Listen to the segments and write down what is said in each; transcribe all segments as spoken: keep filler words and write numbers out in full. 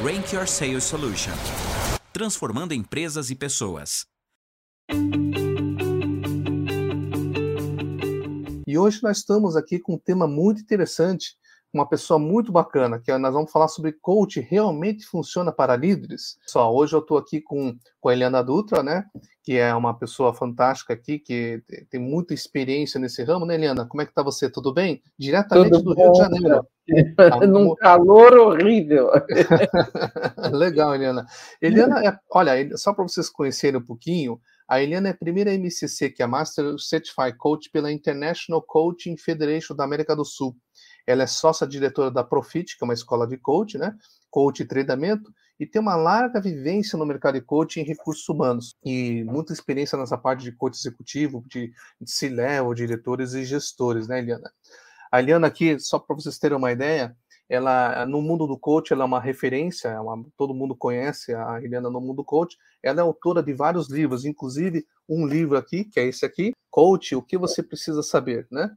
Rank Your Sales Solution, transformando empresas e pessoas. E hoje nós estamos aqui com um tema muito interessante, uma pessoa muito bacana, que nós vamos falar sobre coach realmente funciona para líderes. Só hoje eu estou aqui com, com a Eliana Dutra, né, que é uma pessoa fantástica aqui, que tem muita experiência nesse ramo, né, Eliana? Como é que está você? Tudo bem? Diretamente Tudo do bom, Rio de Janeiro. Tá num calor horrível. Legal, Eliana. Eliana, é, olha, só para vocês conhecerem um pouquinho, a Eliana é a primeira M C C, que é a Master Certified Coach pela International Coaching Federation da América do Sul. Ela é sócia-diretora da Profit, que é uma escola de coach, né? Coach e treinamento, e tem uma larga vivência no mercado de coaching e recursos humanos, e muita experiência nessa parte de coach executivo, de, de C-level, diretores e gestores, né, Eliana? A Eliana aqui, só para vocês terem uma ideia, ela, no mundo do coach, ela é uma referência, é uma, todo mundo conhece a Eliana no mundo do coach, ela é autora de vários livros, inclusive um livro aqui, que é esse aqui, Coach, o que você precisa saber, né?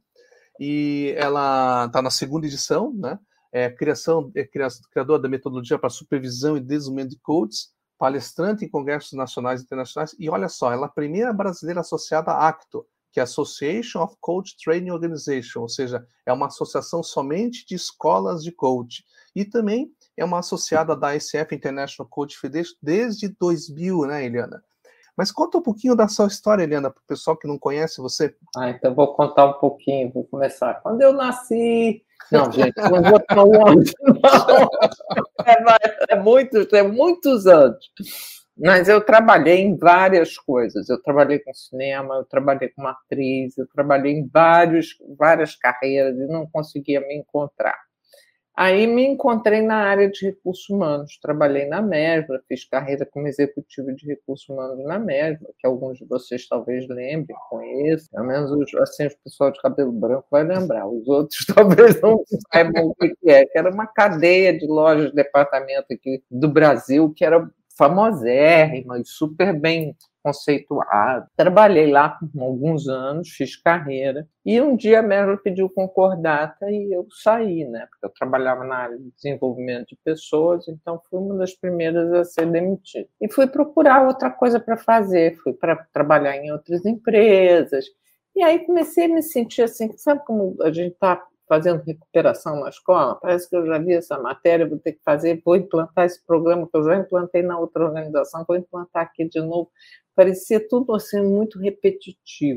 E ela está na segunda edição, né? É, criação, é criadora da metodologia para supervisão e desenvolvimento de coaches, palestrante em congressos nacionais e internacionais, e olha só, ela é a primeira brasileira associada à ACTO, que é a Association of Coach Training Organization, ou seja, é uma associação somente de escolas de coach. E também é uma associada da I C F, International Coach Federation, desde dois mil, né, Eliana? Mas conta um pouquinho da sua história, Eliana, para o pessoal que não conhece você. Ah, então vou contar um pouquinho, vou começar. Quando eu nasci... Não, gente, não vou tão longe, não. É, é, muitos, é muitos anos. Mas eu trabalhei em várias coisas. Eu trabalhei com cinema, eu trabalhei como atriz, eu trabalhei em vários, várias carreiras e não conseguia me encontrar. Aí me encontrei na área de recursos humanos. Trabalhei na Mesbla, fiz carreira como executiva de recursos humanos na Mesbla, que alguns de vocês talvez lembrem, conheçam. Pelo menos os, assim, o pessoal de cabelo branco vai lembrar. Os outros talvez não saibam o que é. Que era uma cadeia de lojas de departamento aqui do Brasil, que era famosérrima e super bem conceituado. Trabalhei lá por alguns anos, fiz carreira, e um dia a Mesbla pediu concordata e eu saí, né? Porque eu trabalhava na área de desenvolvimento de pessoas, então fui uma das primeiras a ser demitida. E fui procurar outra coisa para fazer, fui para trabalhar em outras empresas, e aí comecei a me sentir assim, sabe como a gente está fazendo recuperação na escola? Parece que eu já vi essa matéria, vou ter que fazer, vou implantar esse programa que eu já implantei na outra organização, vou implantar aqui de novo. Parecia tudo assim muito repetitivo.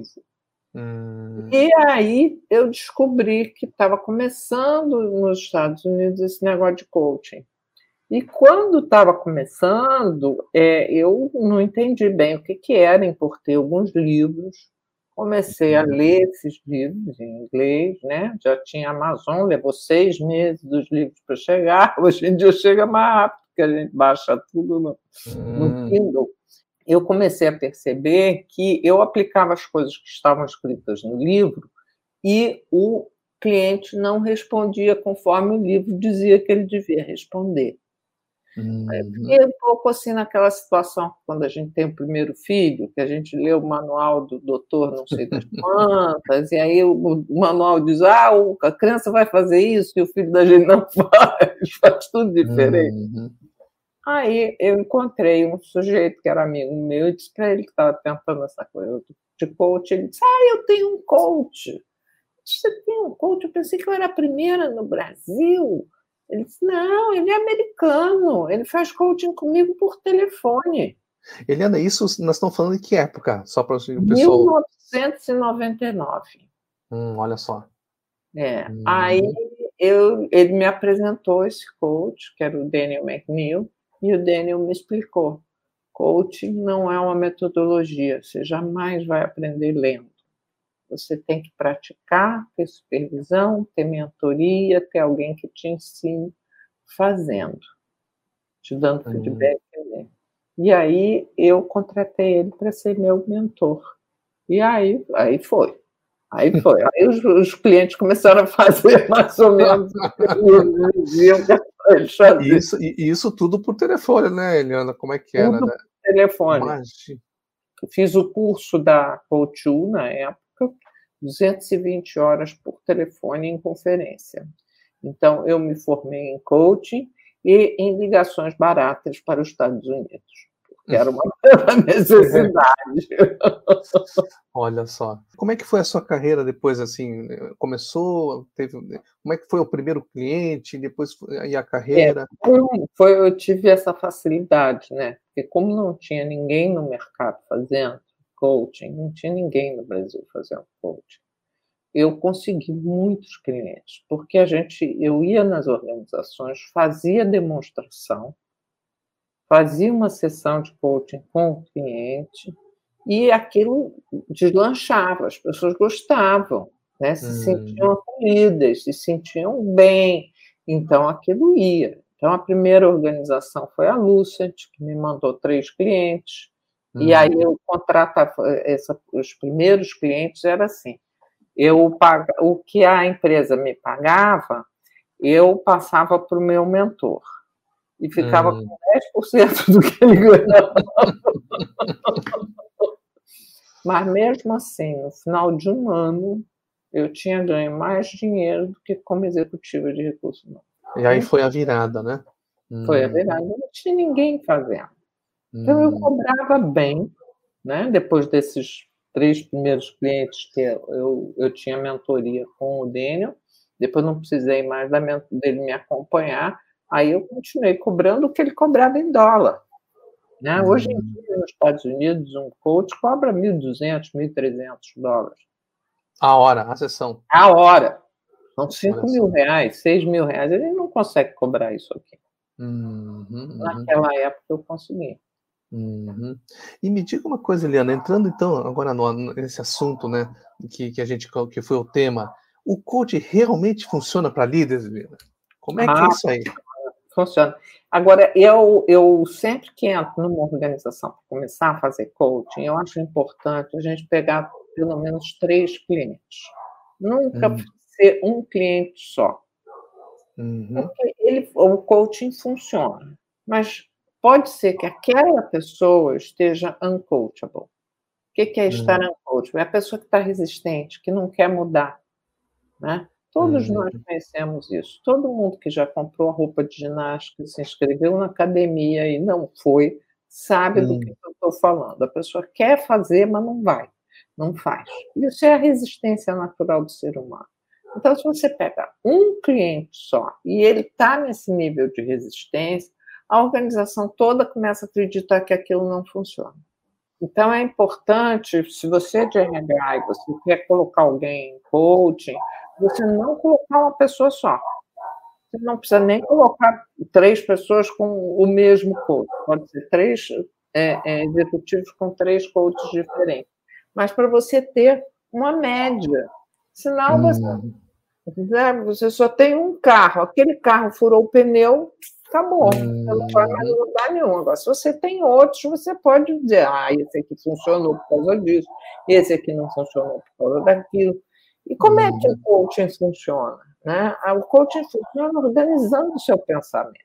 Hum. E aí eu descobri que estava começando nos Estados Unidos esse negócio de coaching. E quando estava começando, é, eu não entendi bem o que, que era, importei alguns livros, comecei a ler esses livros em inglês, né? Já tinha Amazon, levou seis meses dos livros para chegar. Hoje em dia chega mais rápido, porque a gente baixa tudo no, no Kindle. Eu comecei a perceber que eu aplicava as coisas que estavam escritas no livro e o cliente não respondia conforme o livro dizia que ele devia responder. Uhum. Eu fiquei um pouco assim naquela situação, quando a gente tem o primeiro filho, que a gente lê o manual do doutor não sei das quantas, e aí o, o manual diz, ah, a criança vai fazer isso, e o filho da gente não faz, faz tudo diferente. Uhum. Aí eu encontrei um sujeito que era amigo meu e disse para ele que estava tentando essa coisa de coach. Ele disse, ah, eu tenho um coach. Você tem um coach? Eu pensei que eu era a primeira no Brasil. Ele disse, não, ele é americano, ele faz coaching comigo por telefone. Eliana, isso nós estamos falando de que época? Só para o pessoal... mil novecentos e noventa e nove. Hum, olha só. É, hum. Aí eu, ele me apresentou esse coach, que era o Daniel McNeil, e o Daniel me explicou, coaching não é uma metodologia, você jamais vai aprender lendo. Você tem que praticar, ter supervisão, ter mentoria, ter alguém que te ensine fazendo, te dando feedback. Uhum. E aí eu contratei ele para ser meu mentor. E aí, aí foi. Aí foi. Aí os, os clientes começaram a fazer mais ou menos o que eles diziam que fazer. Isso, e isso tudo por telefone, né, Eliana? Como é que era? Tudo Né? por telefone. Imagina. Fiz o curso da Coach U na época, duzentas e vinte horas por telefone em conferência. Então, eu me formei em coaching e em ligações baratas para os Estados Unidos, porque era uma necessidade. Olha só. Como é que foi a sua carreira depois, assim, começou, teve, como é que foi o primeiro cliente, depois e a carreira? É, foi, foi, eu tive essa facilidade, né? Porque como não tinha ninguém no mercado fazendo coaching, não tinha ninguém no Brasil fazendo coaching, eu consegui muitos clientes, porque a gente, eu ia nas organizações, fazia demonstração, fazia uma sessão de coaching com o cliente e aquilo deslanchava, as pessoas gostavam, né? Se hum. sentiam acolhidas, se sentiam bem, então aquilo ia. Então a primeira organização foi a Lucent, que me mandou três clientes, hum. e aí eu contratava, essa, os primeiros clientes era assim, eu pag... o que a empresa me pagava, eu passava para o meu mentor. E ficava hum. com dez por cento do que ele ganhava. Mas, mesmo assim, no final de um ano, eu tinha ganho mais dinheiro do que como executiva de recursos humanos. E aí foi a virada, né? Foi a virada. Não tinha ninguém fazendo. Então, eu cobrava bem, né? Depois desses três primeiros clientes que eu, eu tinha mentoria com o Daniel, depois não precisei mais da, dele me acompanhar, aí eu continuei cobrando o que ele cobrava em dólar. Né? Hum. Hoje em dia, nos Estados Unidos, um coach cobra mil e duzentos, mil e trezentos dólares. A hora, a sessão. A hora. São cinco mil reais, seis mil reais. Ele não consegue cobrar isso aqui. Uhum, uhum. Naquela época eu consegui. Uhum. E me diga uma coisa, Eliana, entrando então agora no, nesse assunto, né, que, que a gente que foi o tema, o coach realmente funciona para líderes, Eliana? Como é que ah, é isso aí? Funciona. Agora, eu, eu sempre que entro numa organização para começar a fazer coaching, eu acho importante a gente pegar pelo menos três clientes. Nunca uhum. ser um cliente só. Uhum. Porque ele, o coaching funciona, mas pode ser que aquela pessoa esteja uncoachable. O que, que é estar uhum. uncoachable? É a pessoa que está resistente, que não quer mudar. Né? Todos uhum. nós conhecemos isso. Todo mundo que já comprou a roupa de ginástica, se inscreveu na academia e não foi, sabe uhum. do que eu estou falando. A pessoa quer fazer, mas não vai, não faz. Isso é a resistência natural do ser humano. Então, se você pega um cliente só e ele está nesse nível de resistência, a organização toda começa a acreditar que aquilo não funciona. Então, é importante, se você é de R H e você quer colocar alguém em coaching, você não colocar uma pessoa só. Você não precisa nem colocar três pessoas com o mesmo coach. Pode ser três é, é, executivos com três coaches diferentes. Mas para você ter uma média. Senão, você, hum. você só tem um carro. Aquele carro furou o pneu, acabou. Hum. Você não vai mais em lugar nenhum. Agora, se você tem outros, você pode dizer, ah, esse aqui funcionou por causa disso, esse aqui não funcionou por causa daquilo. E como é que o coaching funciona? Né? O coaching funciona organizando o seu pensamento.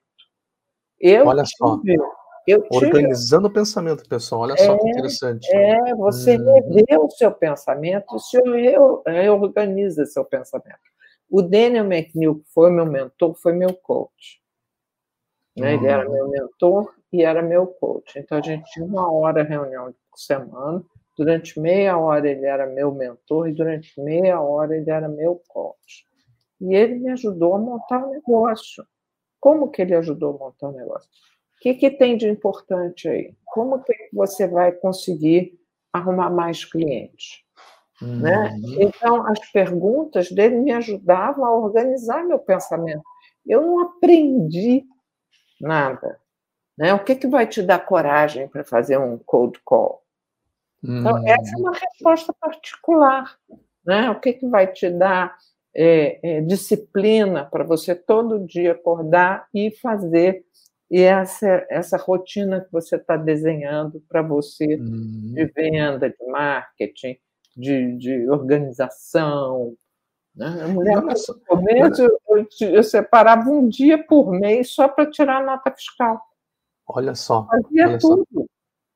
Eu olha só, tive, eu tive, organizando o pensamento, pessoal, olha é, só que interessante. É, você hum. revê o seu pensamento e se reorganiza seu pensamento. O Daniel McNeil, que foi meu mentor, foi meu coach. Né? Hum. Ele era meu mentor e era meu coach. Então, a gente tinha uma hora reunião por semana. Durante meia hora ele era meu mentor e durante meia hora ele era meu coach. E ele me ajudou a montar um negócio. Como que ele ajudou a montar um negócio? O que, que tem de importante aí? Como que você vai conseguir arrumar mais clientes? Uhum. Né? Então, as perguntas dele me ajudavam a organizar meu pensamento. Eu não aprendi nada. Né? O que, que vai te dar coragem para fazer um cold call? Então, essa é uma resposta particular. Né? O que, que vai te dar é, é, disciplina para você todo dia acordar e fazer e essa, essa rotina que você está desenhando para você uhum. de venda, de marketing, de, de organização. Né? A mulher, Nossa. no começo, eu, eu, eu separava um dia por mês só para tirar a nota fiscal. Olha só. Fazia olha tudo. Só.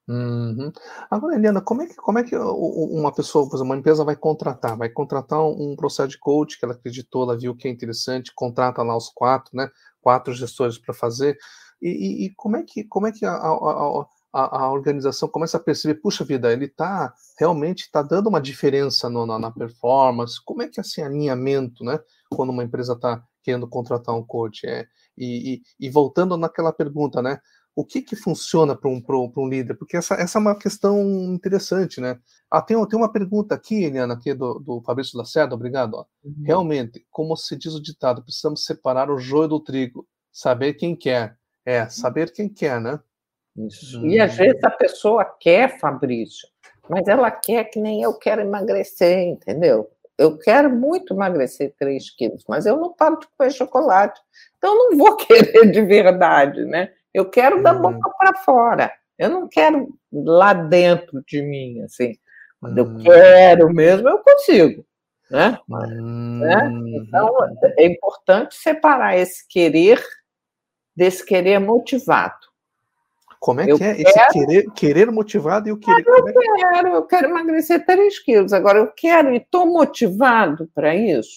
Uhum. Agora, Eliana, como é que, como é que o- o- uma pessoa, por exemplo, uma empresa vai contratar? Vai contratar um, um processo de coach que ela acreditou, ela viu que é interessante, contrata lá os quatro, né? Quatro gestores para fazer. E, e- e como é que, como é que a, a, a, a- a organização começa a perceber, puxa vida, ele está realmente está dando uma diferença no- na, na performance? Como é que é esse alinhamento, né? Quando uma empresa está querendo contratar um coach? É, e, e, e voltando naquela pergunta, né? O que que funciona para um, para um, para um líder? Porque essa, essa é uma questão interessante, né? Ah, tem, tem uma pergunta aqui, Eliana, aqui do, do Fabrício Lacerda, obrigado. Ó. Uhum. Realmente, como se diz o ditado, precisamos separar o joio do trigo, saber quem quer. É, saber quem quer, né? Isso. E às Hum, vezes a pessoa quer, Fabrício, mas ela quer que nem eu quero emagrecer, entendeu? Eu quero muito emagrecer três quilos, mas eu não paro de comer chocolate. Então eu não vou querer de verdade, né? Eu quero da hum, boca para fora. Eu não quero lá dentro de mim, assim. Quando eu hum, quero mesmo, eu consigo, né? Né? hum, Então hum, hum. é importante separar esse querer desse querer motivado. Como é Eu que é esse quero querer, querer motivado e o querer? Como é que... quero, eu quero emagrecer três quilos. Agora, eu quero e estou motivado para isso.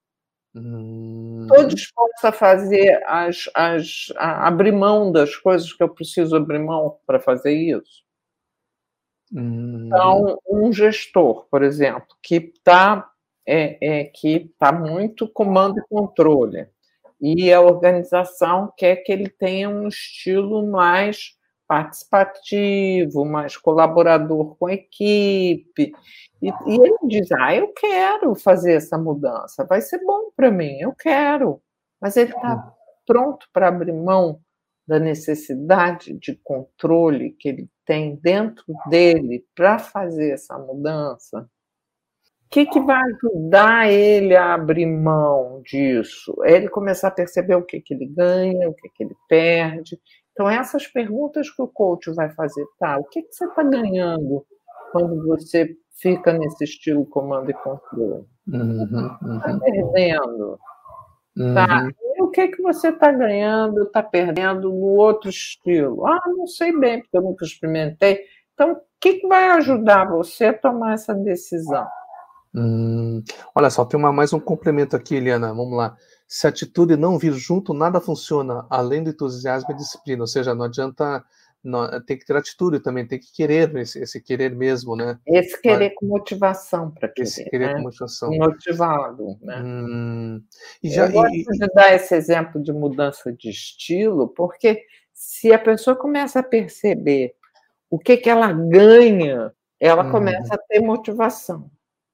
Estou Hum, disposta a fazer, as, as, a abrir mão das coisas que eu preciso abrir mão para fazer isso. hum, Então, um gestor, por exemplo, que está é, é, que tá muito comando e controle, e a organização quer que ele tenha um estilo mais participativo, mais colaborador com a equipe. E, e ele diz: Ah, eu quero fazer essa mudança, vai ser bom para mim, eu quero. Mas ele está hum. pronto para abrir mão da necessidade de controle que ele tem dentro dele para fazer essa mudança? O que, que vai ajudar ele a abrir mão disso? É ele começar a perceber o que, que ele ganha, o que, que ele perde. Então, essas perguntas que o coach vai fazer, tá? O que, que você está ganhando quando você fica nesse estilo comando e controle? Uhum, Está uhum, perdendo, tá? uhum. E o que, que você está ganhando, está perdendo no outro estilo? Ah, não sei bem, porque eu nunca experimentei. Então, o que, que vai ajudar você a tomar essa decisão? Hum, olha só, tem uma, mais um complemento aqui, Eliana. Vamos lá. Se a atitude não vir junto, nada funciona, além do entusiasmo e disciplina. Ou seja, não adianta. Não, tem que ter atitude também, tem que querer, esse, esse querer mesmo, né? Esse Não é- querer com motivação para Esse querer, querer com né? motivação. Motivado, né? Hum, e já. Eu E, gosto de dar esse exemplo de mudança de estilo, porque se a pessoa começa a perceber o que que ela ganha, ela uhum, começa a ter motivação,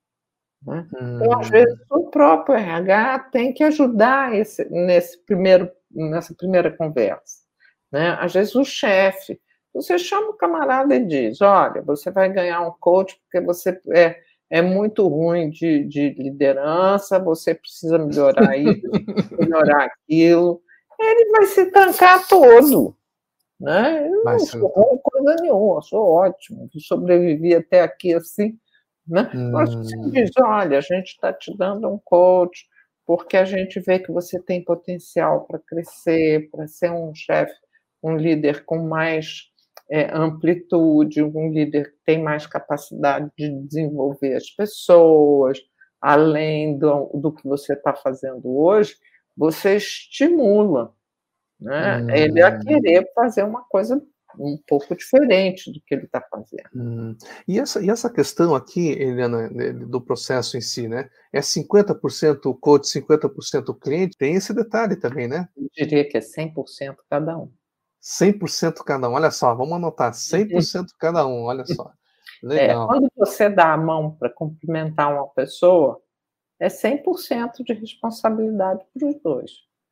né? Então, às vezes, hum, o próprio R H tem que ajudar esse nesse primeiro nessa primeira conversa, né? Às vezes, o chefe, você chama o camarada e diz: "Olha, você vai ganhar um coach, porque você é é muito ruim de de liderança, você precisa melhorar isso, melhorar aquilo". Ele vai se tancar todo, né? Eu vai não ser sou então. ruim coisa nenhuma, eu sou ótimo, sobrevivi até aqui assim, né? Mas você Hum, diz: "Olha, a gente está te dando um coach, porque a gente vê que você tem potencial para crescer, para ser um chefe, um líder com mais, eh, amplitude, um líder que tem mais capacidade de desenvolver as pessoas, além do do que você está fazendo hoje", você estimula, né, ele a hum. querer fazer uma coisa um pouco diferente do que ele está fazendo. Hum. E essa, e essa questão aqui, Eliana, né, do processo em si, né? É cinquenta por cento o coach, cinquenta por cento o cliente? Tem esse detalhe também, né? Eu diria que é cem por cento cada um. cem por cento cada um. Olha só, vamos anotar, cem por cento cada um, olha só. É, Legal. quando você dá a mão para cumprimentar uma pessoa, é cem por cento de responsabilidade para os dois.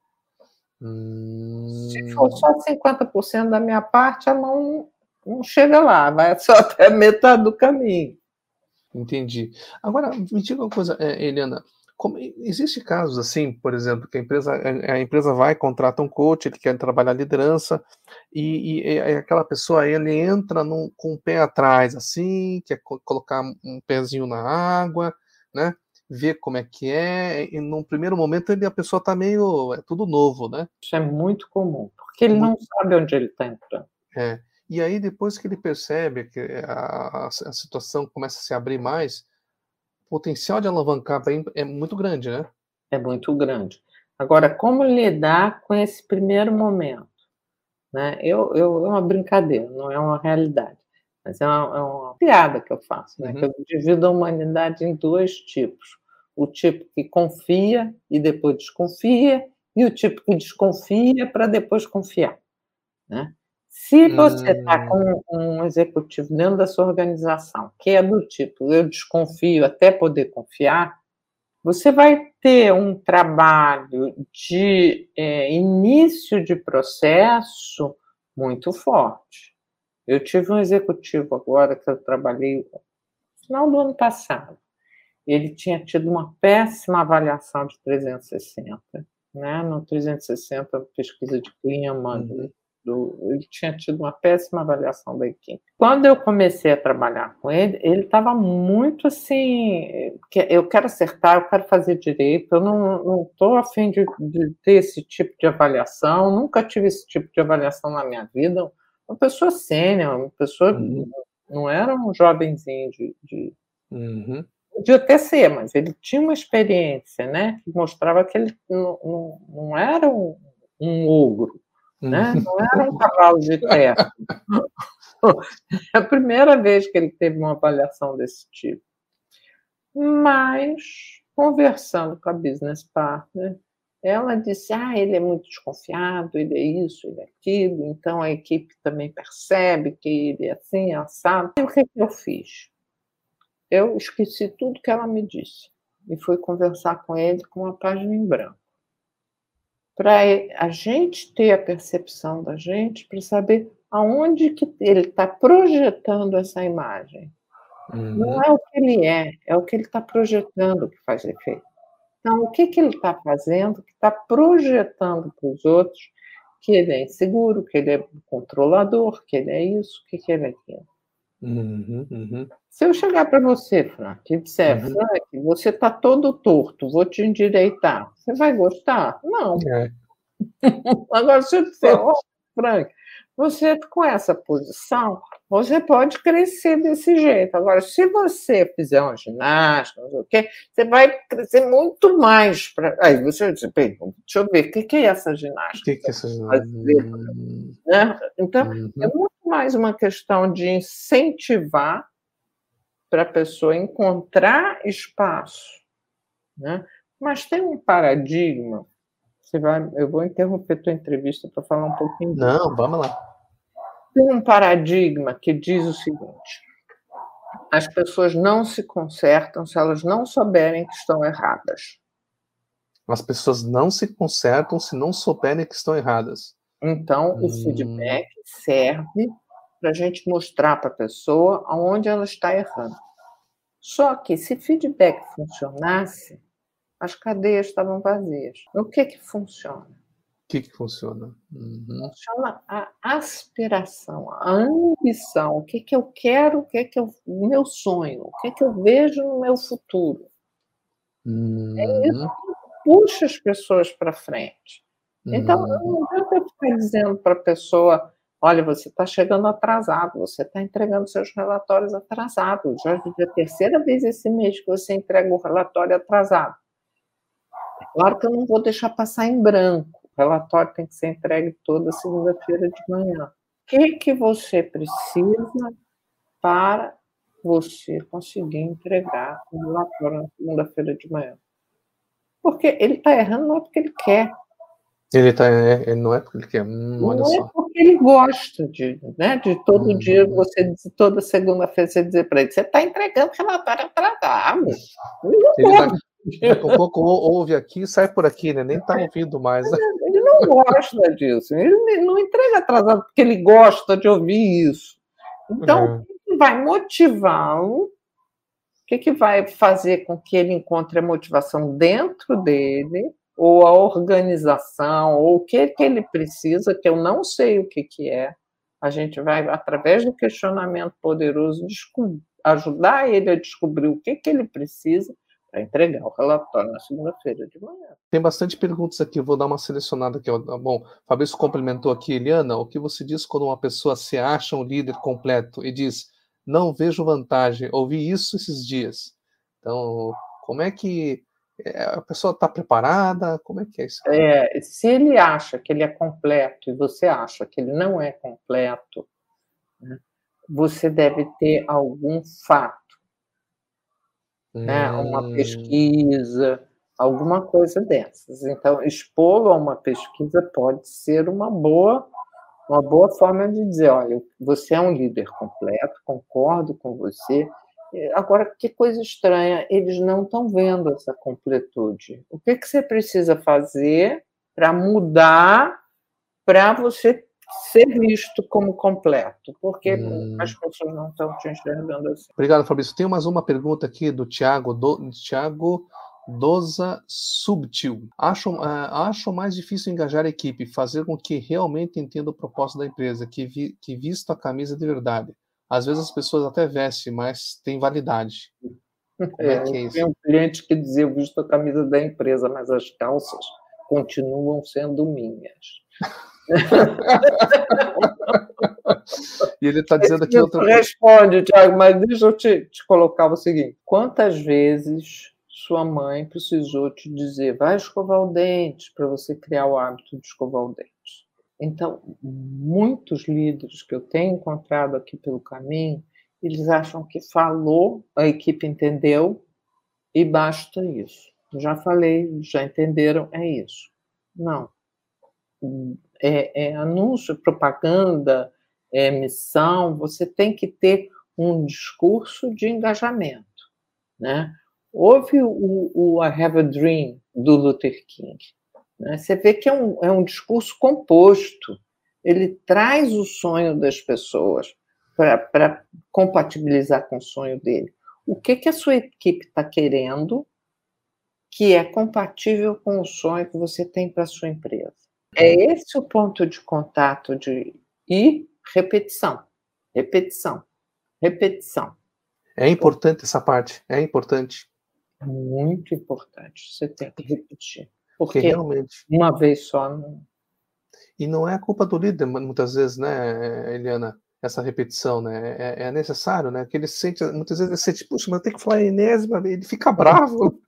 Se for Hum, só cinquenta por cento da minha parte, a mão não chega lá, vai só até metade do caminho. entendi. Agora, me diga uma coisa, eh, Eliana, como, existe casos assim, por exemplo, que a empresa, a, a empresa vai, contrata um coach, ele quer trabalhar liderança, e, e, e aquela pessoa, ele entra num, com o pé atrás, assim, quer co- colocar um pezinho na água, né? Ver como é que é, e num primeiro momento ele, a pessoa tá meio, é tudo novo, né? Isso é muito comum, porque ele não Muito, sabe onde ele está entrando. é. E aí, depois que ele percebe que a, a situação começa a se abrir mais, o potencial de alavancar bem é muito grande, né? É muito grande. Agora, como lidar com esse primeiro momento? Né? Eu, eu, é uma brincadeira, não é uma realidade. Mas é uma, é uma piada que eu faço, né? Uhum. Que eu divido a humanidade em dois tipos. O tipo que confia e depois desconfia, e o tipo que desconfia para depois confiar. Né? Se você está Hum. com um executivo dentro da sua organização, que é do tipo, eu desconfio até poder confiar, você vai ter um trabalho de é, início de processo muito forte. Eu tive um executivo agora que eu trabalhei no final do ano passado. Ele tinha tido uma péssima avaliação de trezentos e sessenta, né? No trezentos e sessenta, pesquisa de clima, Uhum. do, ele tinha tido uma péssima avaliação da equipe. Quando eu comecei a trabalhar com ele, ele estava muito assim, eu quero acertar, eu quero fazer direito, eu não estou a fim de, de ter esse tipo de avaliação, nunca tive esse tipo de avaliação na minha vida. Uma pessoa sênior, uma pessoa, Uhum. não era um jovenzinho de... de Uhum. Podia até ser, mas ele tinha uma experiência, né, que mostrava que ele não, não, não era um, um ogro, né? Não era um cavalo de terra. É a primeira vez que ele teve uma avaliação desse tipo. Mas, conversando com a business partner, ela disse, ah, ele é muito desconfiado, ele é isso, ele é aquilo, então a equipe também percebe que ele é assim, assado. E o que, que eu fiz? Eu esqueci tudo que ela me disse e fui conversar com ele com uma página em branco. Para a gente ter a percepção da gente, para saber aonde que ele está projetando essa imagem. Uhum. Não é o que ele é, é o que ele está projetando que faz efeito. Então, o que, que ele está fazendo que está projetando para os outros que ele é inseguro, que ele é controlador, que ele é isso, que, que ele é aquilo. Uhum, uhum. Se eu chegar para você, Frank, e disser, Uhum. Frank, você está todo torto, vou te endireitar, você vai gostar? Não. É. Agora, se eu disser, ó, oh, Frank, você com essa posição, você pode crescer desse jeito. Agora, se você fizer uma ginástica, não sei o quê, você vai crescer muito mais. Pra... Aí você diz, deixa eu ver, o que, que é essa ginástica? O que, que é essa ginástica? Né? Então, uhum. É muito mais uma questão de incentivar para a pessoa encontrar espaço. Né? Mas tem um paradigma. Você vai, eu vou interromper tua entrevista para falar um pouquinho disso. Não, vamos lá. Tem um paradigma que diz o seguinte: as pessoas não se consertam se elas não souberem que estão erradas. As pessoas não se consertam se não souberem que estão erradas. Então, hum. o feedback serve para a gente mostrar para a pessoa aonde ela está errando. Só que se feedback funcionasse, as cadeias estavam vazias. O que que funciona? O que que funciona? Uhum. Funciona a aspiração, a ambição. O que que eu quero, o que que eu, o meu sonho, o que que eu vejo no meu futuro. Uhum. É isso que puxa as pessoas para frente. Então, uhum. não adianta eu ficar dizendo para a pessoa, olha, você está chegando atrasado, você está entregando seus relatórios atrasados. Já é a terceira vez esse mês que você entrega o relatório atrasado. Claro que eu não vou deixar passar em branco. O relatório tem que ser entregue toda segunda-feira de manhã. O que, que você precisa para você conseguir entregar o relatório na segunda-feira de manhã? Porque ele está errando não é porque ele quer. Ele, tá, ele não é porque ele quer. Hum, olha não só. é porque ele gosta de, né, de todo uhum. dia, você toda segunda-feira você dizer para ele, você está entregando relatório atrasado. Ele daqui, daqui a pouco ouve aqui e sai por aqui, né? Nem está ouvindo mais. Ele não gosta disso. Ele não entrega atrasado porque ele gosta de ouvir isso. Então, é. o que vai motivá-lo? O que, que vai fazer com que ele encontre a motivação dentro dele, ou a organização, ou o que, que ele precisa, que eu não sei o que, que é. A gente vai, através do questionamento poderoso, ajudar ele a descobrir o que, que ele precisa, para entregar o relatório na segunda-feira de manhã. Tem bastante perguntas aqui, eu vou dar uma selecionada aqui. Ó. Bom, Fabrício complementou aqui, Eliana, o que você diz quando uma pessoa se acha um líder completo e diz, não vejo vantagem, ouvi isso esses dias. Então, como é que a pessoa está preparada? Como é que é isso? É, se ele acha que ele é completo e você acha que ele não é completo, né, você deve ter algum fato, hum. né, uma pesquisa, alguma coisa dessas. Então, expô-lo a uma pesquisa pode ser uma boa, uma boa forma de dizer, olha, você é um líder completo, concordo com você. Agora, que coisa estranha, eles não estão vendo essa completude. O que, que você precisa fazer para mudar, para você ser visto como completo? Porque hum. as pessoas não estão te enxergando assim. Obrigado, Fabrício. Tem mais uma pergunta aqui do Tiago, do Tiago Doza Subtil. Acho, uh, acho mais difícil engajar a equipe, fazer com que realmente entenda o propósito da empresa, que, vi, que vista a camisa de verdade. Às vezes as pessoas até vestem, mas tem validade. Como é, é que é isso? Tem um cliente que dizia, eu visto a camisa da empresa, mas as calças continuam sendo minhas. E ele está dizendo aqui outra coisa. Responde, Thiago, mas deixa eu te, te colocar o seguinte. Quantas vezes sua mãe precisou te dizer, vai escovar o dente, para você criar o hábito de escovar o dente? Então, muitos líderes que eu tenho encontrado aqui pelo caminho, eles acham que falou, a equipe entendeu e basta isso. Já falei, já entenderam, é isso. Não. É, é anúncio, propaganda, é missão, você tem que ter um discurso de engajamento, né? Houve o, o I Have a Dream, do Luther King. Você vê que é um, é um discurso composto. Ele traz o sonho das pessoas para compatibilizar com o sonho dele. O que, que a sua equipe está querendo que é compatível com o sonho que você tem para a sua empresa? É esse o ponto de contato de e repetição. Repetição. Repetição. É importante essa parte. É importante. Muito importante. Você tem que repetir. Porque, Porque realmente uma vez só não... E não é a culpa do líder, muitas vezes, né, Eliana, essa repetição, né, é, é necessário, né, que ele sente, muitas vezes ele sente, puxa, mas eu tenho que falar a enésima, ele fica bravo.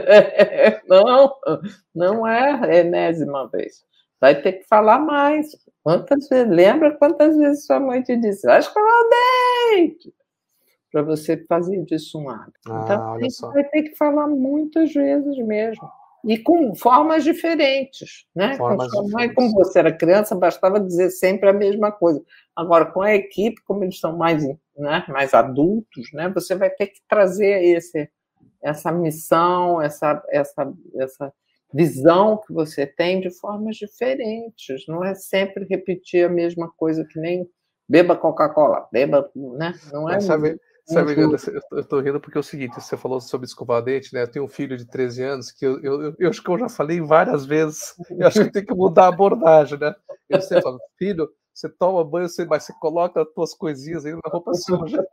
Não, não é a enésima vez, vai ter que falar mais. Quantas vezes, lembra quantas vezes sua mãe te disse, vai escovar o dente, para você fazer disso um hábito. Ah, então, olha só. vai ter que falar muitas vezes mesmo. E com formas diferentes, né? Formas com sua mãe, diferentes. como você era criança, bastava dizer sempre a mesma coisa. Agora, com a equipe, como eles são mais, né, mais adultos, né, você vai ter que trazer esse, essa missão, essa, essa, essa visão que você tem de formas diferentes. Não é sempre repetir a mesma coisa, que nem beba Coca-Cola, beba, né? Não é. Mas sabe, sabe, eu estou rindo porque é o seguinte, você falou sobre escovar o dente, né? Eu tenho um filho de treze anos que eu, eu, eu acho que eu já falei várias vezes, eu acho que tem que mudar a abordagem, né? Eu sempre falo, filho, você toma banho, você, mas você coloca as tuas coisinhas aí na roupa suja.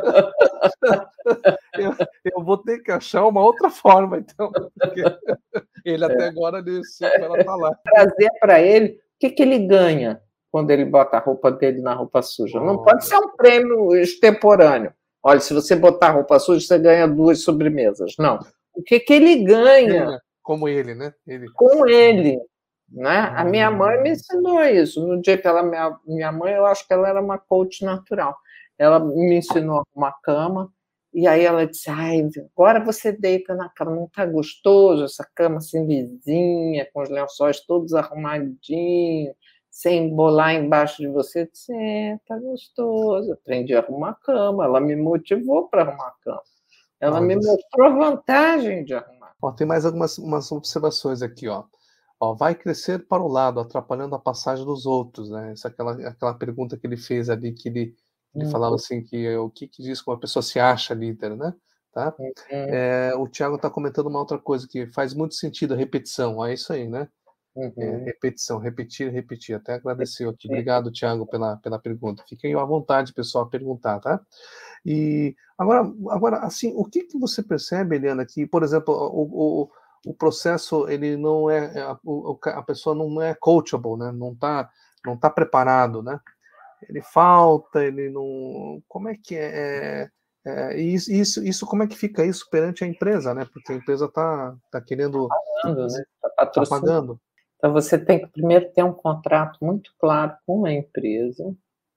eu, eu vou ter que achar uma outra forma, então, porque ele até é. agora ele sempre ela tá lá. Trazer para ele, o que, que ele ganha quando ele bota a roupa dele na roupa suja? Oh. Não pode ser um prêmio extemporâneo. Olha, se você botar a roupa suja, você ganha duas sobremesas. Não. O que, que ele ganha? Como ele, né? Ele. Com ele. Né? Hum. A minha mãe me ensinou isso. No dia que ela... Minha, minha mãe, eu acho que ela era uma coach natural. Ela me ensinou uma cama, e aí ela disse, ai, agora você deita na cama, não tá gostoso essa cama assim lisinha, com os lençóis todos arrumadinhos, sem embolar embaixo de você? Eu disse, é, tá gostoso. Aprendi a arrumar a cama, ela me motivou para arrumar a cama. Ela Olha me isso. mostrou a vantagem de arrumar. Ó, tem mais algumas umas observações aqui, ó. Ó, vai crescer para o lado, atrapalhando a passagem dos outros, né? Essa é aquela, aquela pergunta que ele fez ali, que ele, ele uhum. falava assim, que o que, que diz que uma pessoa se acha líder, né? Tá? Uhum. É, o Thiago está comentando uma outra coisa, que faz muito sentido a repetição, é isso aí, né? Uhum. É, repetição, repetir, repetir. Até agradecer aqui. Obrigado, Thiago, pela, pela pergunta. Fiquem à vontade, pessoal, a perguntar, tá? E agora, agora assim, o que, que você percebe, Eliana, que, por exemplo, o, o, o processo, ele não é, a, a pessoa não é coachable, né? Não está não tá preparado, né? Ele falta, ele não... Como é que é... é isso, isso, isso, como é que fica isso perante a empresa, né? Porque a empresa está tá querendo... Pagando, né? Tá Tá patrocinando. pagando. Então, você tem que primeiro ter um contrato muito claro com a empresa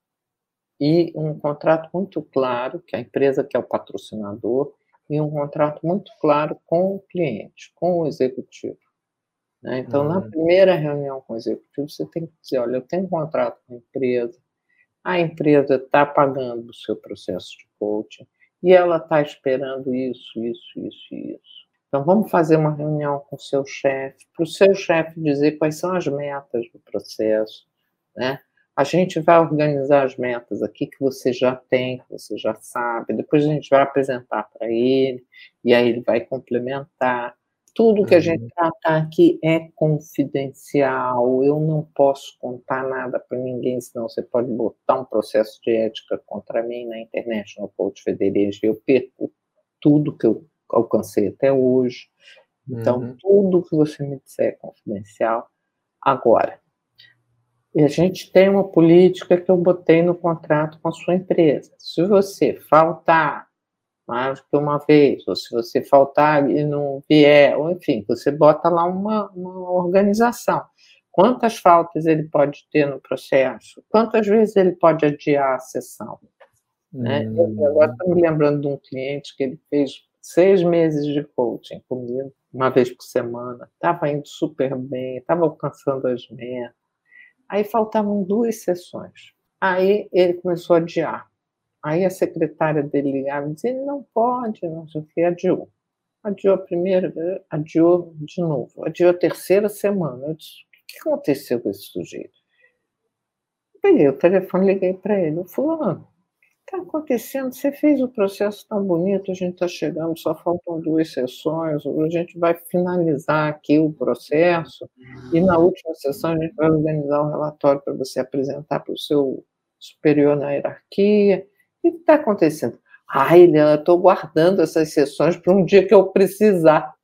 e um contrato muito claro, que a empresa que é o patrocinador, e um contrato muito claro com o cliente, com o executivo. Né? Então, uhum. na primeira reunião com o executivo, você tem que dizer, olha, eu tenho um contrato com a empresa, a empresa está pagando o seu processo de coaching e ela está esperando isso, isso, isso e isso. Então, vamos fazer uma reunião com o seu chefe, para o seu chefe dizer quais são as metas do processo, né? A gente vai organizar as metas aqui que você já tem, que você já sabe, depois a gente vai apresentar para ele, e aí ele vai complementar. Tudo que a gente tratar aqui é confidencial, eu não posso contar nada para ninguém, senão você pode botar um processo de ética contra mim na International Coach Federation, eu perco tudo que eu alcancei até hoje. Então, uhum. tudo que você me disser é confidencial. Agora, e a gente tem uma política que eu botei no contrato com a sua empresa. Se você faltar mais que uma vez, ou se você faltar e não vier, ou enfim, você bota lá uma, uma organização. Quantas faltas ele pode ter no processo? Quantas vezes ele pode adiar a sessão? Hum. Né? Eu agora estou me lembrando de um cliente que ele fez seis meses de coaching comigo, uma vez por semana, estava indo super bem, estava alcançando as metas. Aí faltavam duas sessões. Aí ele começou a adiar. Aí a secretária dele ligava e dizia, não pode, não sei o que, adiou. Adiou a primeira, adiou de novo. Adiou a terceira semana. Eu disse, o que aconteceu com esse sujeito? Eu peguei o telefone e liguei para ele. Eu falei, ah, o que está acontecendo? Você fez o processo tão bonito, a gente está chegando, só faltam duas sessões, a gente vai finalizar aqui o processo e na última sessão a gente vai organizar o relatório para você apresentar para o seu superior na hierarquia. O que está acontecendo? Ai, Eliana, eu estou guardando essas sessões para um dia que eu precisar.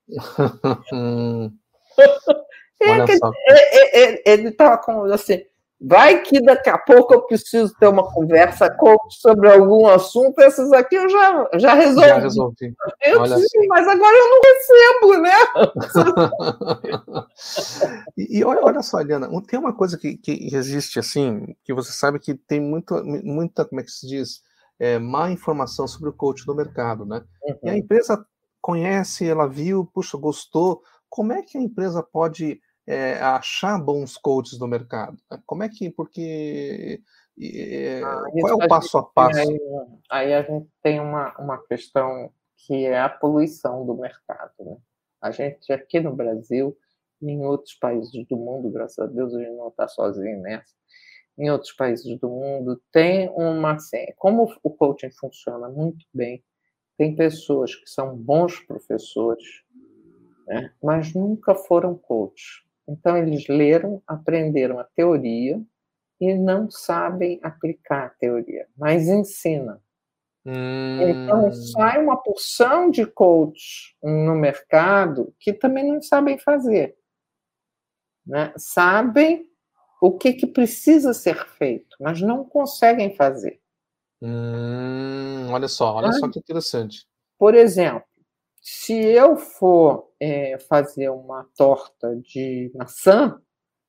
é, ele estava com assim, vai que daqui a pouco eu preciso ter uma conversa sobre algum assunto, esses aqui eu já, já resolvi. Já resolvi. Eu Olha disse, mas agora eu não recebo, né? e, e olha, olha só, Eliana, tem uma coisa que, que existe assim, que você sabe que tem muito, muita, como é que se diz, é, má informação sobre o coach no mercado, né? Uhum. E a empresa conhece, ela viu, puxa, gostou. Como é que a empresa pode é, achar bons coaches no mercado? Como é que, porque é, ah, qual é o passo a passo? Aí, aí a gente tem uma, uma questão que é a poluição do mercado, né? A gente aqui no Brasil e em outros países do mundo, graças a Deus, a gente não está sozinho nessa. Em outros países do mundo, tem uma... Como o coaching funciona muito bem, tem pessoas que são bons professores, né, mas nunca foram coaches. Então, eles leram, aprenderam a teoria e não sabem aplicar a teoria, mas ensinam. Hum... Então, sai uma porção de coaches no mercado que também não sabem fazer. Né? Sabem o que, que precisa ser feito, mas não conseguem fazer. Hum, olha só, olha ah, só que interessante. Por exemplo, se eu for é, fazer uma torta de maçã,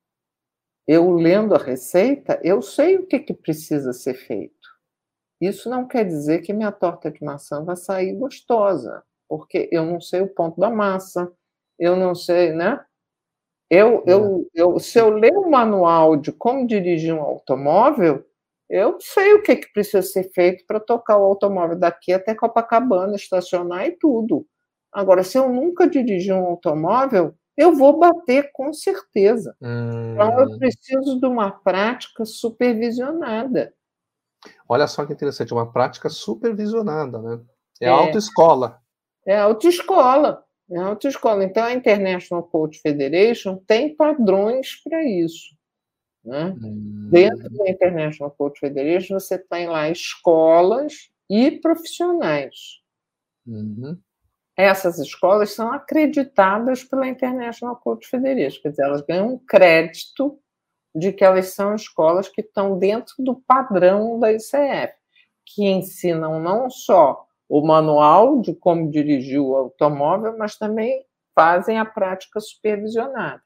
eu lendo a receita, eu sei o que, que precisa ser feito. Isso não quer dizer que minha torta de maçã vai sair gostosa, porque eu não sei o ponto da massa, eu não sei, né? Eu, eu, eu, se eu ler um manual de como dirigir um automóvel, eu sei o que, que precisa ser feito para tocar o automóvel daqui até Copacabana, estacionar e tudo. Agora, se eu nunca dirigir um automóvel, eu vou bater com certeza. Hum. Então, eu preciso de uma prática supervisionada. Olha só que interessante, uma prática supervisionada, né? É, é autoescola. É autoescola. É autoescola. Então, a International Coach Federation tem padrões para isso. Né? Hum. Dentro da International Coach Federation, você tem lá escolas e profissionais. Uhum. Essas escolas são acreditadas pela International Coach Federation, quer dizer, elas ganham um crédito de que elas são escolas que estão dentro do padrão da I C F, que ensinam não só o manual de como dirigir o automóvel, mas também fazem a prática supervisionada.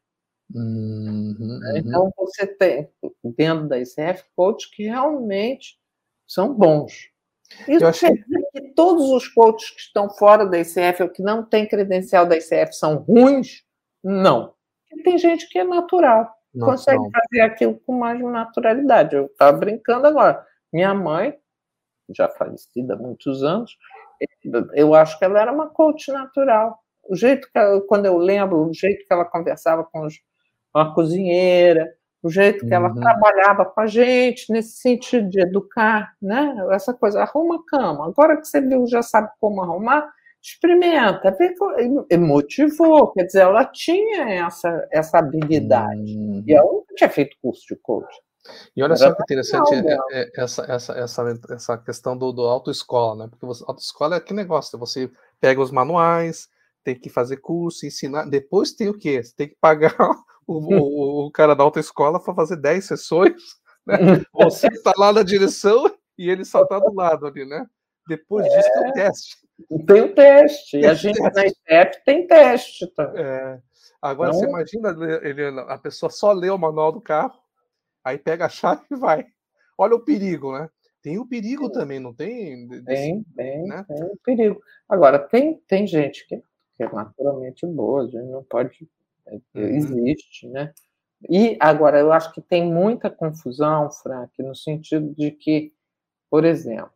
Uhum, uhum. Então, você tem, dentro da I C F, coaches que realmente são bons. Isso Eu achei... quer dizer que todos os coaches que estão fora da I C F ou que não têm credencial da I C F são ruins? Não. Porque tem gente que é natural, não, consegue não. fazer aquilo com mais naturalidade. Eu estava brincando agora. Minha mãe, já falecida há muitos anos, eu acho que ela era uma coach natural. O jeito que ela, quando eu lembro, o jeito que ela conversava com os, a cozinheira, o jeito que ela uhum. trabalhava com a gente, nesse sentido de educar, né? Essa coisa, arruma a cama. Agora que você viu, já sabe como arrumar, experimenta. Vê que... motivou, quer dizer, ela tinha essa, essa habilidade. Uhum. E ela nunca tinha feito curso de coach. E olha só que interessante é, é, essa, essa, essa, essa questão do, do autoescola, né? Porque você, autoescola é que negócio, você pega os manuais, tem que fazer curso, ensinar, depois tem o quê? Você tem que pagar o, o, o cara da autoescola para fazer dez sessões, né? Você está lá na direção e ele só está do lado ali, né? Depois disso tem o teste. Tem o teste, e a gente teste. Na I C F tem teste também. É. Agora então... você imagina, Eliana, a pessoa só lê o manual do carro, aí pega a chave e vai. Olha o perigo, né? Tem o perigo também, não tem? Desse, tem, tem, né? Tem o perigo. Agora, tem, tem gente que, que é naturalmente boa, a gente não pode... Uhum. Existe, né? E, agora, eu acho que tem muita confusão, Frank, no sentido de que, por exemplo,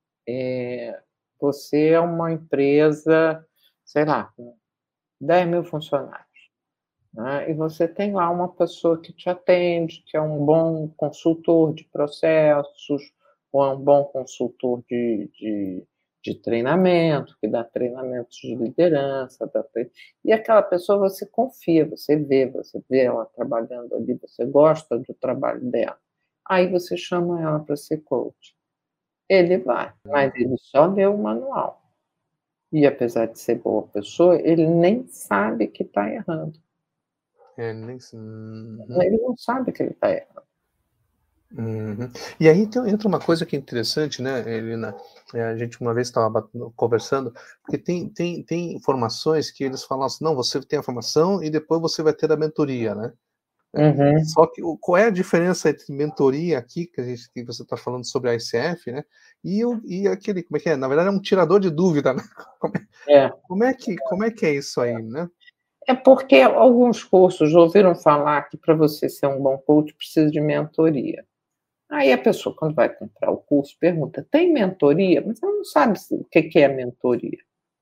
é, você é uma empresa, sei lá, com dez mil funcionários. Né? E você tem lá uma pessoa que te atende, que é um bom consultor de processos, ou é um bom consultor de, de, de treinamento, que dá treinamentos de liderança, dá tre... e aquela pessoa você confia, você vê, você vê ela trabalhando ali, você gosta do trabalho dela. Aí você chama ela para ser coach. Ele vai, mas ele só lê o manual. E apesar de ser boa pessoa, ele nem sabe que está errando. É, nem... uhum. Ele não sabe que ele está errado. Uhum. E aí tem, entra uma coisa que é interessante, né, Helena? É, a gente uma vez estava conversando, porque tem, tem, tem informações que eles falam assim, não, você tem a formação e depois você vai ter a mentoria, né? Uhum. Só que qual é a diferença entre mentoria aqui, que, a gente, que você está falando sobre a I C F, né? E, o, e aquele, como é que é? Na verdade é um tirador de dúvida, né? Como é, é. Como é, que, como é que é isso aí, né? É porque alguns cursos ouviram falar que para você ser um bom coach precisa de mentoria. Aí a pessoa, quando vai comprar o curso, pergunta, tem mentoria? Mas ela não sabe o que é mentoria.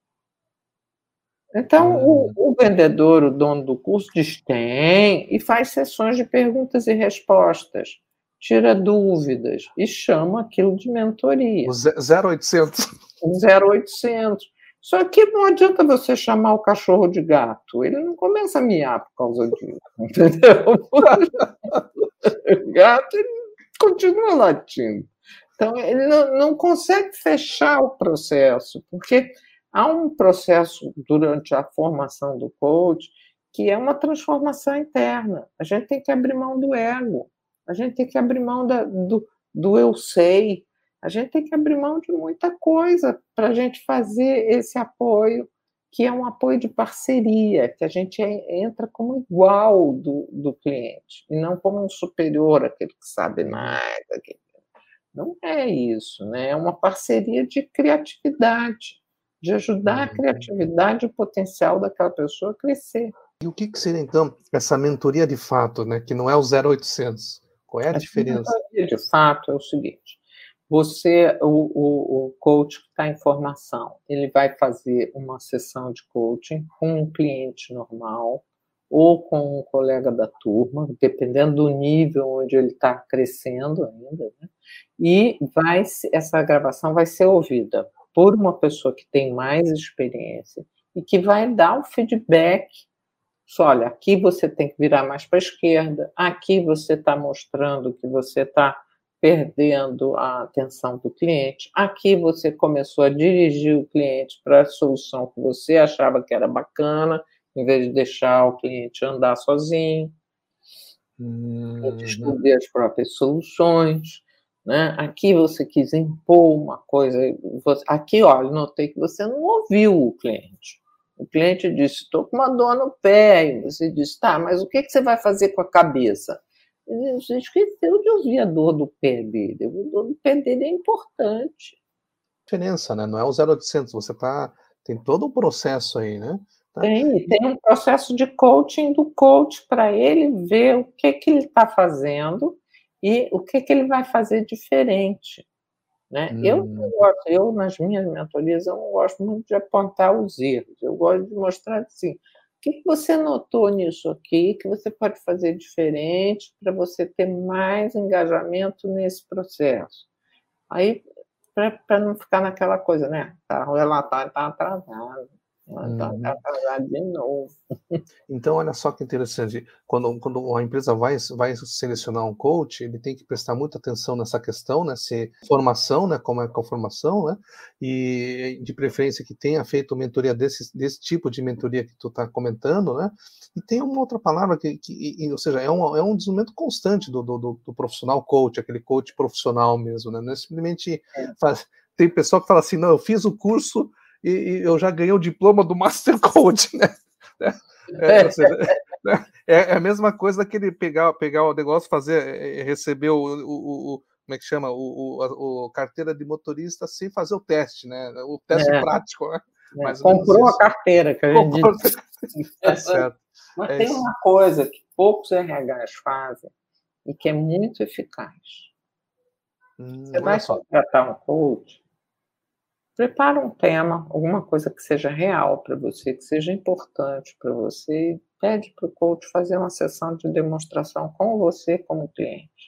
Então, hum. o, o vendedor, o dono do curso, diz tem, e faz sessões de perguntas e respostas, tira dúvidas, e chama aquilo de mentoria. O zero oitocentos. O zero oitocentos. Só que não adianta você chamar o cachorro de gato, ele não começa a miar por causa disso, entendeu? O gato, ele continua latindo. Então, ele não, não consegue fechar o processo, porque há um processo durante a formação do coach que é uma transformação interna. A gente tem que abrir mão do ego, a gente tem que abrir mão da, do, do eu sei, a gente tem que abrir mão de muita coisa para a gente fazer esse apoio, que é um apoio de parceria, que a gente entra como igual do, do cliente, e não como um superior, aquele que sabe mais. Aquele... Não é isso, né? É uma parceria de criatividade, de ajudar a criatividade e o potencial daquela pessoa a crescer. E o que, que seria, então, essa mentoria de fato, né? Que não é o zero oitocentos? Qual é a, a diferença? A mentoria de fato é o seguinte, você, o, o, o coach que está em formação, ele vai fazer uma sessão de coaching com um cliente normal ou com um colega da turma, dependendo do nível onde ele está crescendo ainda, né? E vai, essa gravação vai ser ouvida por uma pessoa que tem mais experiência e que vai dar o feedback. Só, olha, aqui você tem que virar mais para a esquerda, aqui você está mostrando que você está perdendo a atenção do cliente, aqui você começou a dirigir o cliente para a solução que você achava que era bacana, em vez de deixar o cliente andar sozinho, Uhum. e descobrir as próprias soluções, né? Aqui você quis impor uma coisa, você, aqui, olha, notei que você não ouviu o cliente. O cliente disse, estou com uma dor no pé, e você disse, tá, mas o que, que você vai fazer com a cabeça? Ele disse, esqueceu de ouvir a dor do pé dele, a dor do pé dele é importante. Diferença, né? Não é o zero oitocentos, você tá, tem todo um processo aí, né? Tá? Tem, tem um processo de coaching do coach para ele ver o que, que ele está fazendo e o que, que ele vai fazer diferente. Né? Hum. Eu não gosto, eu nas minhas mentorias, eu não gosto muito de apontar os erros, eu gosto de mostrar assim, o que, que você notou nisso aqui, que você pode fazer diferente para você ter mais engajamento nesse processo. Aí, para não ficar naquela coisa, né? Tá, o relatório está atrasado. Está Uhum. atrasado de novo. Então, olha só que interessante. Quando, quando a empresa vai, vai selecionar um coach, ele tem que prestar muita atenção nessa questão, né? Se formação, né? Como é a formação, né? E de preferência que tenha feito mentoria desse, desse tipo de mentoria que tu está comentando, né? E tem uma outra palavra que, que ou seja, é um, é um desenvolvimento constante do, do, do profissional coach, aquele coach profissional mesmo, né? Não é simplesmente é. Faz, tem pessoal que fala assim, não, eu fiz o curso e, e eu já ganhei o diploma do Master Coach, né? É, ou seja, é a mesma coisa daquele pegar, pegar o negócio, fazer, receber o, o, o como é que chama, o, o, o carteira de motorista sem fazer o teste, né? O teste é. prático, né? É, mais comprou a carteira, que a gente diz. Tá certo. Mas é tem isso. uma coisa que poucos R Hs fazem e que é muito eficaz. Hum, Você vai contratar um coach, prepara um tema, alguma coisa que seja real para você, que seja importante para você, e pede para o coach fazer uma sessão de demonstração com você como cliente.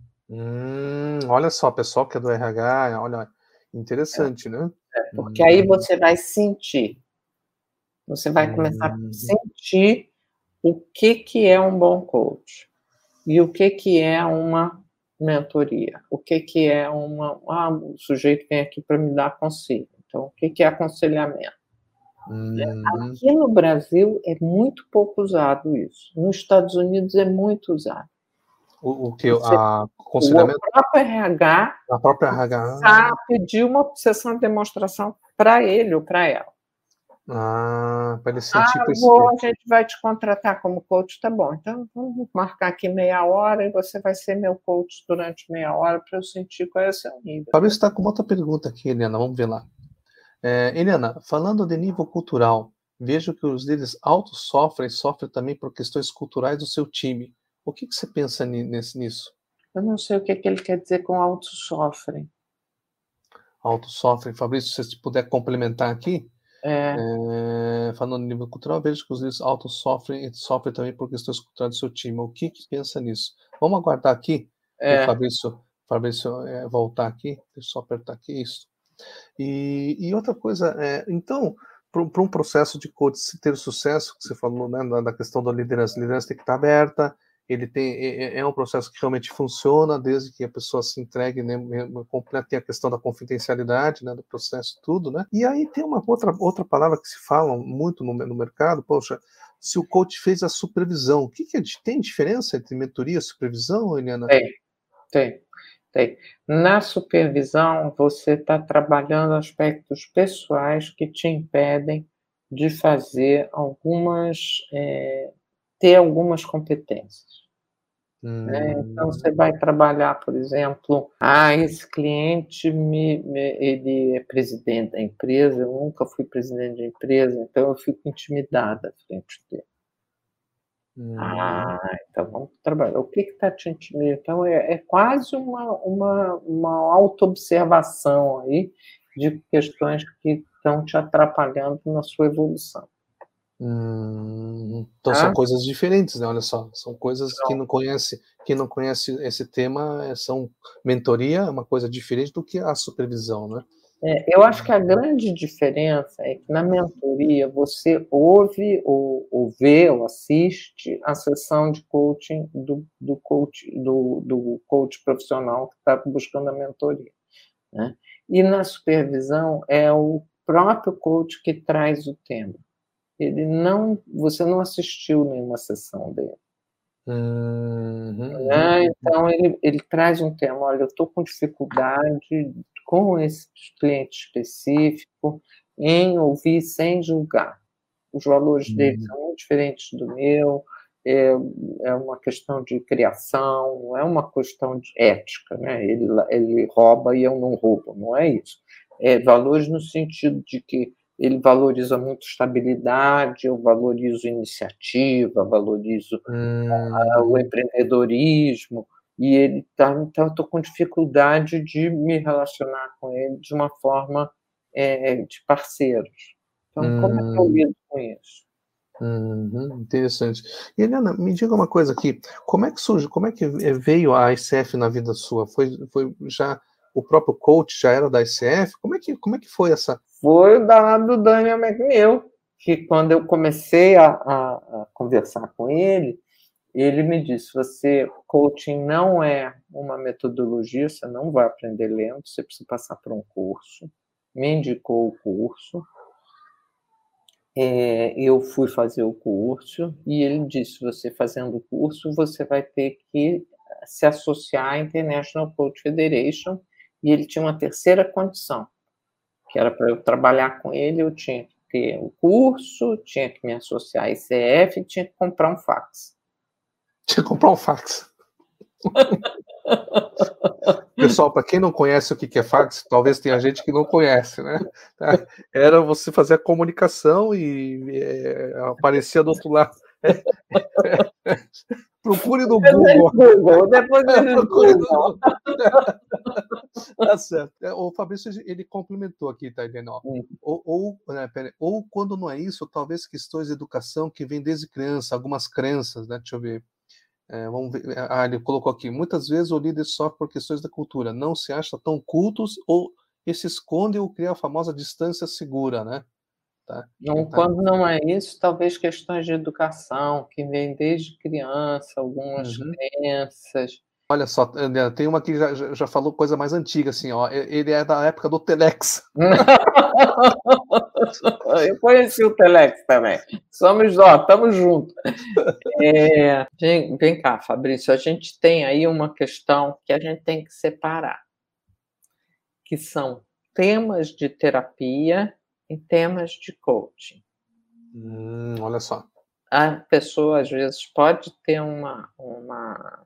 Hum, olha só, pessoal que é do R H, olha, interessante, é. né? É, porque hum. aí você vai sentir, você vai começar hum. a sentir o que, que é um bom coach e o que, que é uma mentoria, o que, que é uma... Ah, o sujeito vem aqui para me dar conselho. Então, o que, que é aconselhamento? Uhum. Aqui no Brasil é muito pouco usado isso. Nos Estados Unidos é muito usado. O, o que? A aconselhamento? O próprio R H a própria R H a pedir uma sessão de demonstração para ele ou para ela. Ah, para ele sentir ah, vou, a gente vai te contratar como coach, tá bom. Então, vamos marcar aqui meia hora e você vai ser meu coach durante meia hora para eu sentir qual é o seu nível. Fabrício está com uma outra pergunta aqui, Eliana, vamos ver lá. É, Eliana, falando de nível cultural, vejo que os líderes altos sofrem, sofrem também por questões culturais do seu time. O que, que você pensa nesse, nisso? Eu não sei o que, que ele quer dizer com altos sofrem. Altos sofrem. Fabrício, se você puder complementar aqui. É. É, falando de nível cultural, vejo que os líderes altos sofrem e sofrem também por questões culturais do seu time. O que, que pensa nisso? Vamos aguardar aqui é. o Fabrício, Fabrício é, voltar aqui. Deixa eu só apertar aqui isso. E, e outra coisa, é, então, para um processo de coach ter sucesso, que você falou, né, da questão da liderança, a liderança tem que estar aberta, ele tem, é, é um processo que realmente funciona, desde que a pessoa se entregue, né, tem a questão da confidencialidade, né, do processo, tudo, né, e aí tem uma outra, outra palavra que se fala muito no, no mercado, poxa, se o coach fez a supervisão, o que, que é, tem diferença entre mentoria e supervisão, Eliana? Tem, tem. Tem. Na supervisão, você está trabalhando aspectos pessoais que te impedem de fazer algumas, é, ter algumas competências. Hum. Né? Então, você vai trabalhar, por exemplo, ah, esse cliente, me, me, ele é presidente da empresa, eu nunca fui presidente de empresa, então eu fico intimidada frente dele. Hum. Ah, então vamos trabalhar. O que está te intimidando? Então, é, é quase uma, uma, uma auto-observação aí de questões que estão te atrapalhando na sua evolução. Hum, então ah? são coisas diferentes, né? Olha só, são coisas não. que não conhece, quem não conhece esse tema, são mentoria, é uma coisa diferente do que a supervisão, né? É, eu acho que a grande diferença é que na mentoria você ouve ou, ou vê ou assiste a sessão de coaching do, do, coach, do, do coach profissional que está buscando a mentoria, né? E na supervisão é o próprio coach que traz o tema. Ele não, você não assistiu nenhuma sessão dele. Uhum, Né? Então, ele, ele traz um tema, olha, eu estou com dificuldade com esse cliente específico em ouvir sem julgar. Os valores dele são muito diferentes do meu, é, é uma questão de criação, não é uma questão de ética, né? Ele, ele rouba e eu não roubo, não é isso. É valores no sentido de que ele valoriza muito estabilidade, eu valorizo iniciativa, valorizo hum. o empreendedorismo, e ele tá, então eu estou com dificuldade de me relacionar com ele de uma forma é, de parceiros. Então, como é que eu Hum. lido com isso? Uhum, interessante. E Eliana, me diga uma coisa aqui, como é que surge, como é que veio a I C F na vida sua? Foi, foi já o próprio coach já era da I C F? Como é que, como é que foi essa? Foi o danado do Daniel McNeil, que quando eu comecei a, a, a conversar com ele, ele me disse, você, coaching não é uma metodologia, você não vai aprender lendo, você precisa passar por um curso. Me indicou o curso. É, eu fui fazer o curso e ele disse, você fazendo o curso, você vai ter que se associar à International Coach Federation, e ele tinha uma terceira condição, que era para eu trabalhar com ele, eu tinha que ter o curso, tinha que me associar à I C F e tinha que comprar um fax. Tinha que comprar um fax. Pessoal, para quem não conhece o que é fax, talvez tenha gente que não conhece, né? Era você fazer a comunicação e é, aparecia do outro lado. É, é, é. Procure no Google. Google. Depois ele Procure no Google. Tá certo. O Fabrício, ele complementou aqui, tá entendendo? Hum. Ou, ou, né, pera, ou quando não é isso, talvez questões de educação que vêm desde criança, algumas crenças, né? Deixa eu ver. É, vamos ver. Ah, ele colocou aqui, muitas vezes o líder sofre por questões da cultura, não se acha tão cultos ou se esconde ou cria a famosa distância segura, né? Tá? Não, tá. Quando não é isso, talvez questões de educação, que vem desde criança, algumas Uhum. crenças. Olha só, tem uma que já, já falou coisa mais antiga, assim, ó, ele é da época do Telex. Eu conheci o Telex também. Somos, ó, estamos juntos. É, vem, vem cá, Fabrício, a gente tem aí uma questão que a gente tem que separar, que são temas de terapia e temas de coaching. Hum, olha só. A pessoa, às vezes, pode ter uma, uma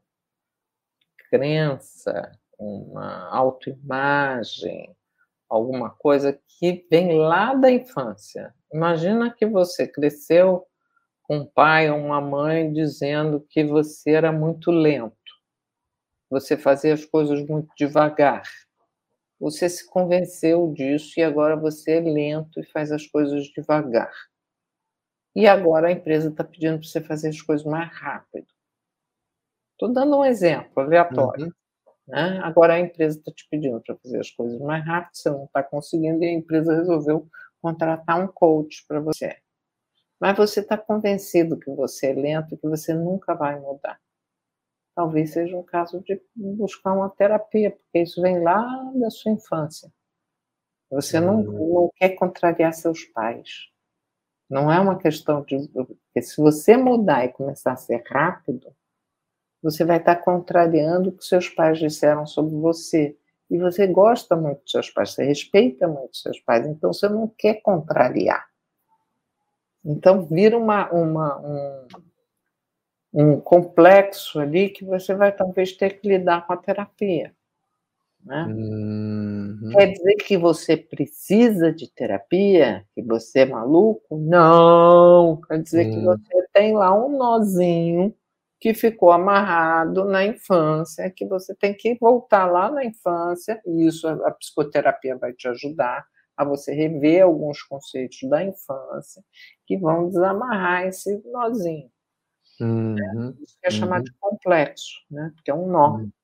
crença, uma autoimagem, alguma coisa que vem lá da infância. Imagina que você cresceu com um pai ou uma mãe dizendo que você era muito lento, você fazia as coisas muito devagar. Você se convenceu disso e agora você é lento e faz as coisas devagar. E agora a empresa está pedindo para você fazer as coisas mais rápido. Estou dando um exemplo aleatório. Uhum. Né? Agora a empresa está te pedindo para fazer as coisas mais rápido, você não está conseguindo e a empresa resolveu contratar um coach para você. Mas você está convencido que você é lento e que você nunca vai mudar. Talvez seja um caso de buscar uma terapia, porque isso vem lá da sua infância. Você não, não quer contrariar seus pais. Não é uma questão de... Porque se você mudar e começar a ser rápido, você vai estar contrariando o que seus pais disseram sobre você. E você gosta muito dos seus pais, você respeita muito os seus pais, então você não quer contrariar. Então vira uma, uma, um, um complexo ali que você vai talvez ter que lidar com a terapia. Né? Uhum. Quer dizer que você precisa de terapia? Que você é maluco? Não! Quer dizer uhum. que você tem lá um nozinho que ficou amarrado na infância, que você tem que voltar lá na infância, e isso a psicoterapia vai te ajudar a você rever alguns conceitos da infância que vão desamarrar esse nozinho. Uhum. Né? Isso que é chamado uhum. de complexo, né? Porque é um nó.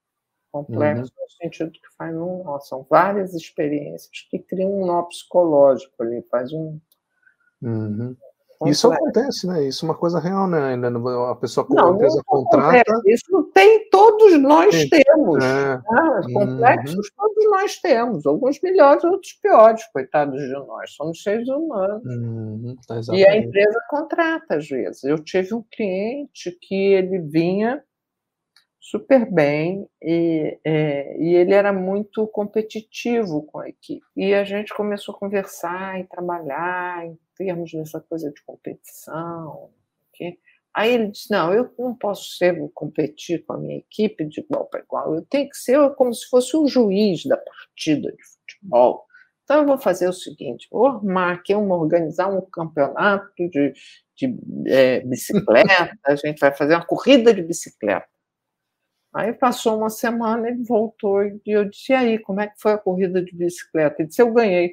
Complexo uhum. no sentido que faz um nó. São várias experiências que criam um nó psicológico ali, faz um... Uhum. Isso acontece, né? Isso é uma coisa real, né? A pessoa, não, a empresa não contrata... Acontece. Isso tem, todos nós Sim. temos. É. Né? Complexos uhum. todos nós temos. Alguns melhores, outros piores, coitados de nós. Somos seres humanos. Uhum. E a empresa contrata, às vezes. Eu tive um cliente que ele vinha super bem e, é, e ele era muito competitivo com a equipe. E a gente começou a conversar e trabalhar em termos dessa coisa de competição. Okay? Aí ele disse, não, eu não posso ser, competir com a minha equipe de igual para igual, eu tenho que ser como se fosse um juiz da partida de futebol. Então, eu vou fazer o seguinte, vou armar aqui, vamos organizar um campeonato de, de é, bicicleta, a gente vai fazer uma corrida de bicicleta. Aí passou uma semana, ele voltou e eu disse, e aí, como é que foi a corrida de bicicleta? Ele disse, eu ganhei.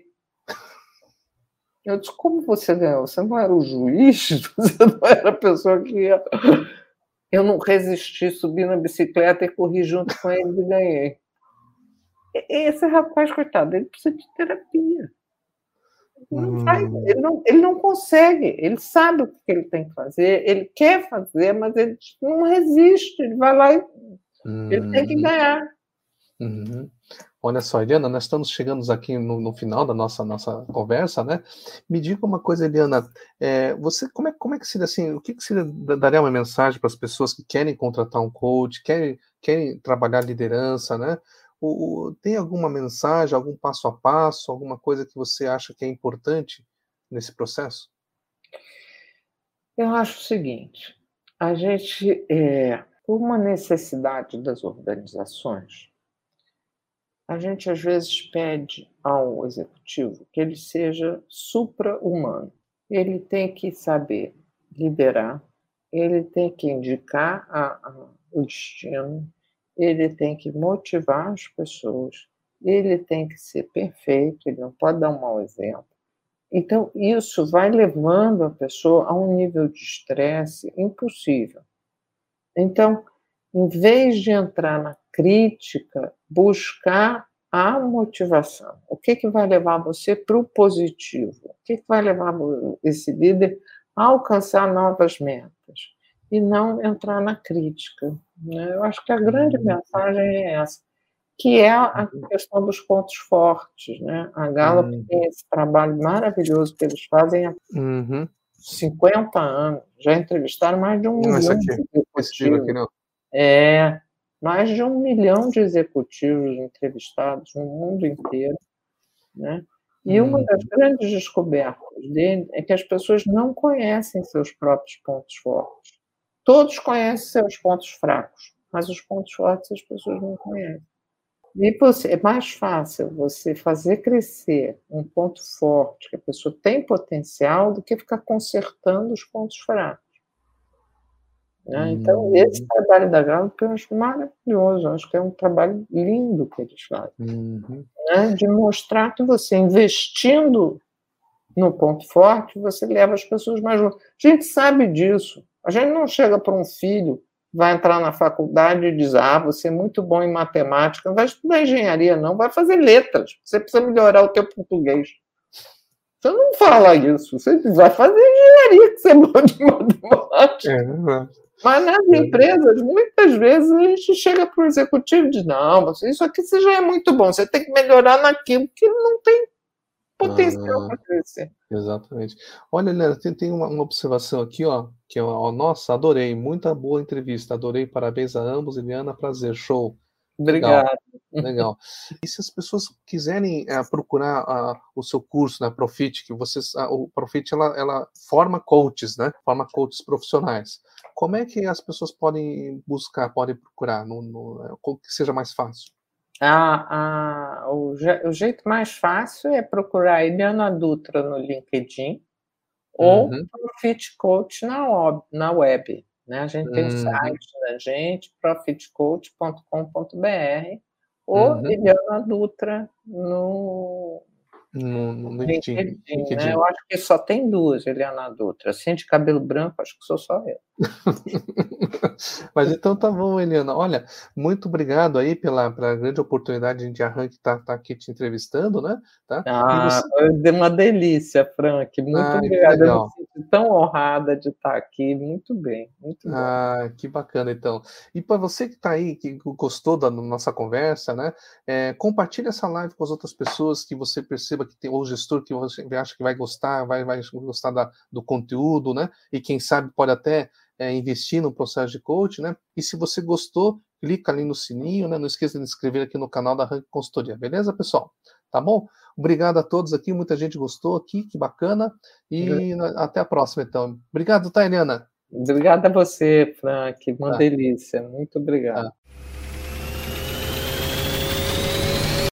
Eu disse, como você ganhou? Você não era o juiz? Você não era a pessoa que ia... Eu não resisti, subi na bicicleta e corri junto com ele e ganhei. Esse rapaz, coitado, ele precisa de terapia. Não hum. faz, ele, não, ele não consegue, ele sabe o que ele tem que fazer, ele quer fazer, mas ele não resiste, ele vai lá e hum. ele tem que ganhar. Uhum. Olha só, Eliana, nós estamos chegando aqui no, no final da nossa, nossa conversa, né? Me diga uma coisa, Eliana, é, você, como, é, como é que seria assim, o que, que você daria uma mensagem para as pessoas que querem contratar um coach, querem, querem trabalhar liderança, né? O, o, tem alguma mensagem, algum passo a passo, alguma coisa que você acha que é importante nesse processo? Eu acho o seguinte, a gente, é, por uma necessidade das organizações, a gente às vezes pede ao executivo que ele seja supra-humano. Ele tem que saber liderar, ele tem que indicar a, a, o destino, ele tem que motivar as pessoas, ele tem que ser perfeito, ele não pode dar um mau exemplo. Então, isso vai levando a pessoa a um nível de estresse impossível. Então, em vez de entrar na crítica, buscar a motivação. O que, que vai levar você para o positivo? O que, que vai levar esse líder a alcançar novas metas? E não entrar na crítica. Né? Eu acho que a grande mensagem é essa, que é a questão dos pontos fortes. Né? A Gallup uhum. tem esse trabalho maravilhoso que eles fazem há uhum. cinquenta anos. Já entrevistaram mais de um não, milhão aqui, de executivos. Aqui, não. É, mais de um milhão de executivos entrevistados no mundo inteiro. Né? E uma uhum. das grandes descobertas dele é que as pessoas não conhecem seus próprios pontos fortes. Todos conhecem seus pontos fracos, mas os pontos fortes as pessoas não conhecem. E você, é mais fácil você fazer crescer um ponto forte, que a pessoa tem potencial, do que ficar consertando os pontos fracos. Né? Então, uhum. esse trabalho da Gallup eu acho maravilhoso, eu acho que é um trabalho lindo que eles fazem. Uhum. Né? De mostrar que você, investindo no ponto forte, você leva as pessoas mais longe. A gente sabe disso. A gente não chega para um filho, vai entrar na faculdade e diz, ah, você é muito bom em matemática, não vai estudar engenharia, não, vai fazer letras, você precisa melhorar o teu português. Você não fala isso, você vai fazer engenharia, que você é bom de matemática. É, é. Mas nas é. empresas, muitas vezes, a gente chega para o executivo e diz, não, você, isso aqui você já é muito bom, você tem que melhorar naquilo que não tem potencial ah, para crescer. Exatamente. Olha, Helena, tem, tem uma, uma observação aqui, ó, que é, ó, nossa, adorei, muita boa entrevista, adorei, parabéns a ambos, Eliana, prazer, show. Obrigado. Legal. Legal. E se as pessoas quiserem é, procurar a, o seu curso, né, Profit, que vocês, a, o Profit, ela, ela forma coaches, né, forma coaches profissionais. Como é que as pessoas podem buscar, podem procurar, no, no, que seja mais fácil? Ah, ah, o, je, o jeito mais fácil é procurar Eliana Dutra no LinkedIn ou uhum. Profit Coach na web. Na web né? A gente tem uhum. o site da gente, profit coach ponto com ponto b r ou uhum. Eliana Dutra no, No, no LinkedIn. LinkedIn, LinkedIn. né? Eu acho que só tem duas, Eliana Dutra. Assim, de cabelo branco, acho que sou só eu. Mas então tá bom, Eliana. Olha, muito obrigado aí pela, pela grande oportunidade de arranque estar tá, tá aqui te entrevistando, né? Tá? Ah, você... foi uma delícia, Frank. Muito ah, obrigada. Eu me sinto tão honrada de estar aqui. Muito bem, muito bom. Ah, que bacana, então. E para você que está aí, que gostou da nossa conversa, né? É, compartilhe essa live com as outras pessoas que você perceba que tem, ou gestor que você acha que vai gostar, vai, vai gostar da, do conteúdo, né? E quem sabe pode até é, investir no processo de coach, né? E se você gostou, clica ali no sininho, né? Não esqueça de se inscrever aqui no canal da Rank Consultoria, beleza, pessoal? Tá bom? Obrigado a todos aqui, muita gente gostou aqui, que bacana. E até a próxima, então. Obrigado, tá, Eliana? Obrigada a você, Frank. Uma tá. delícia. Muito obrigado. Tá.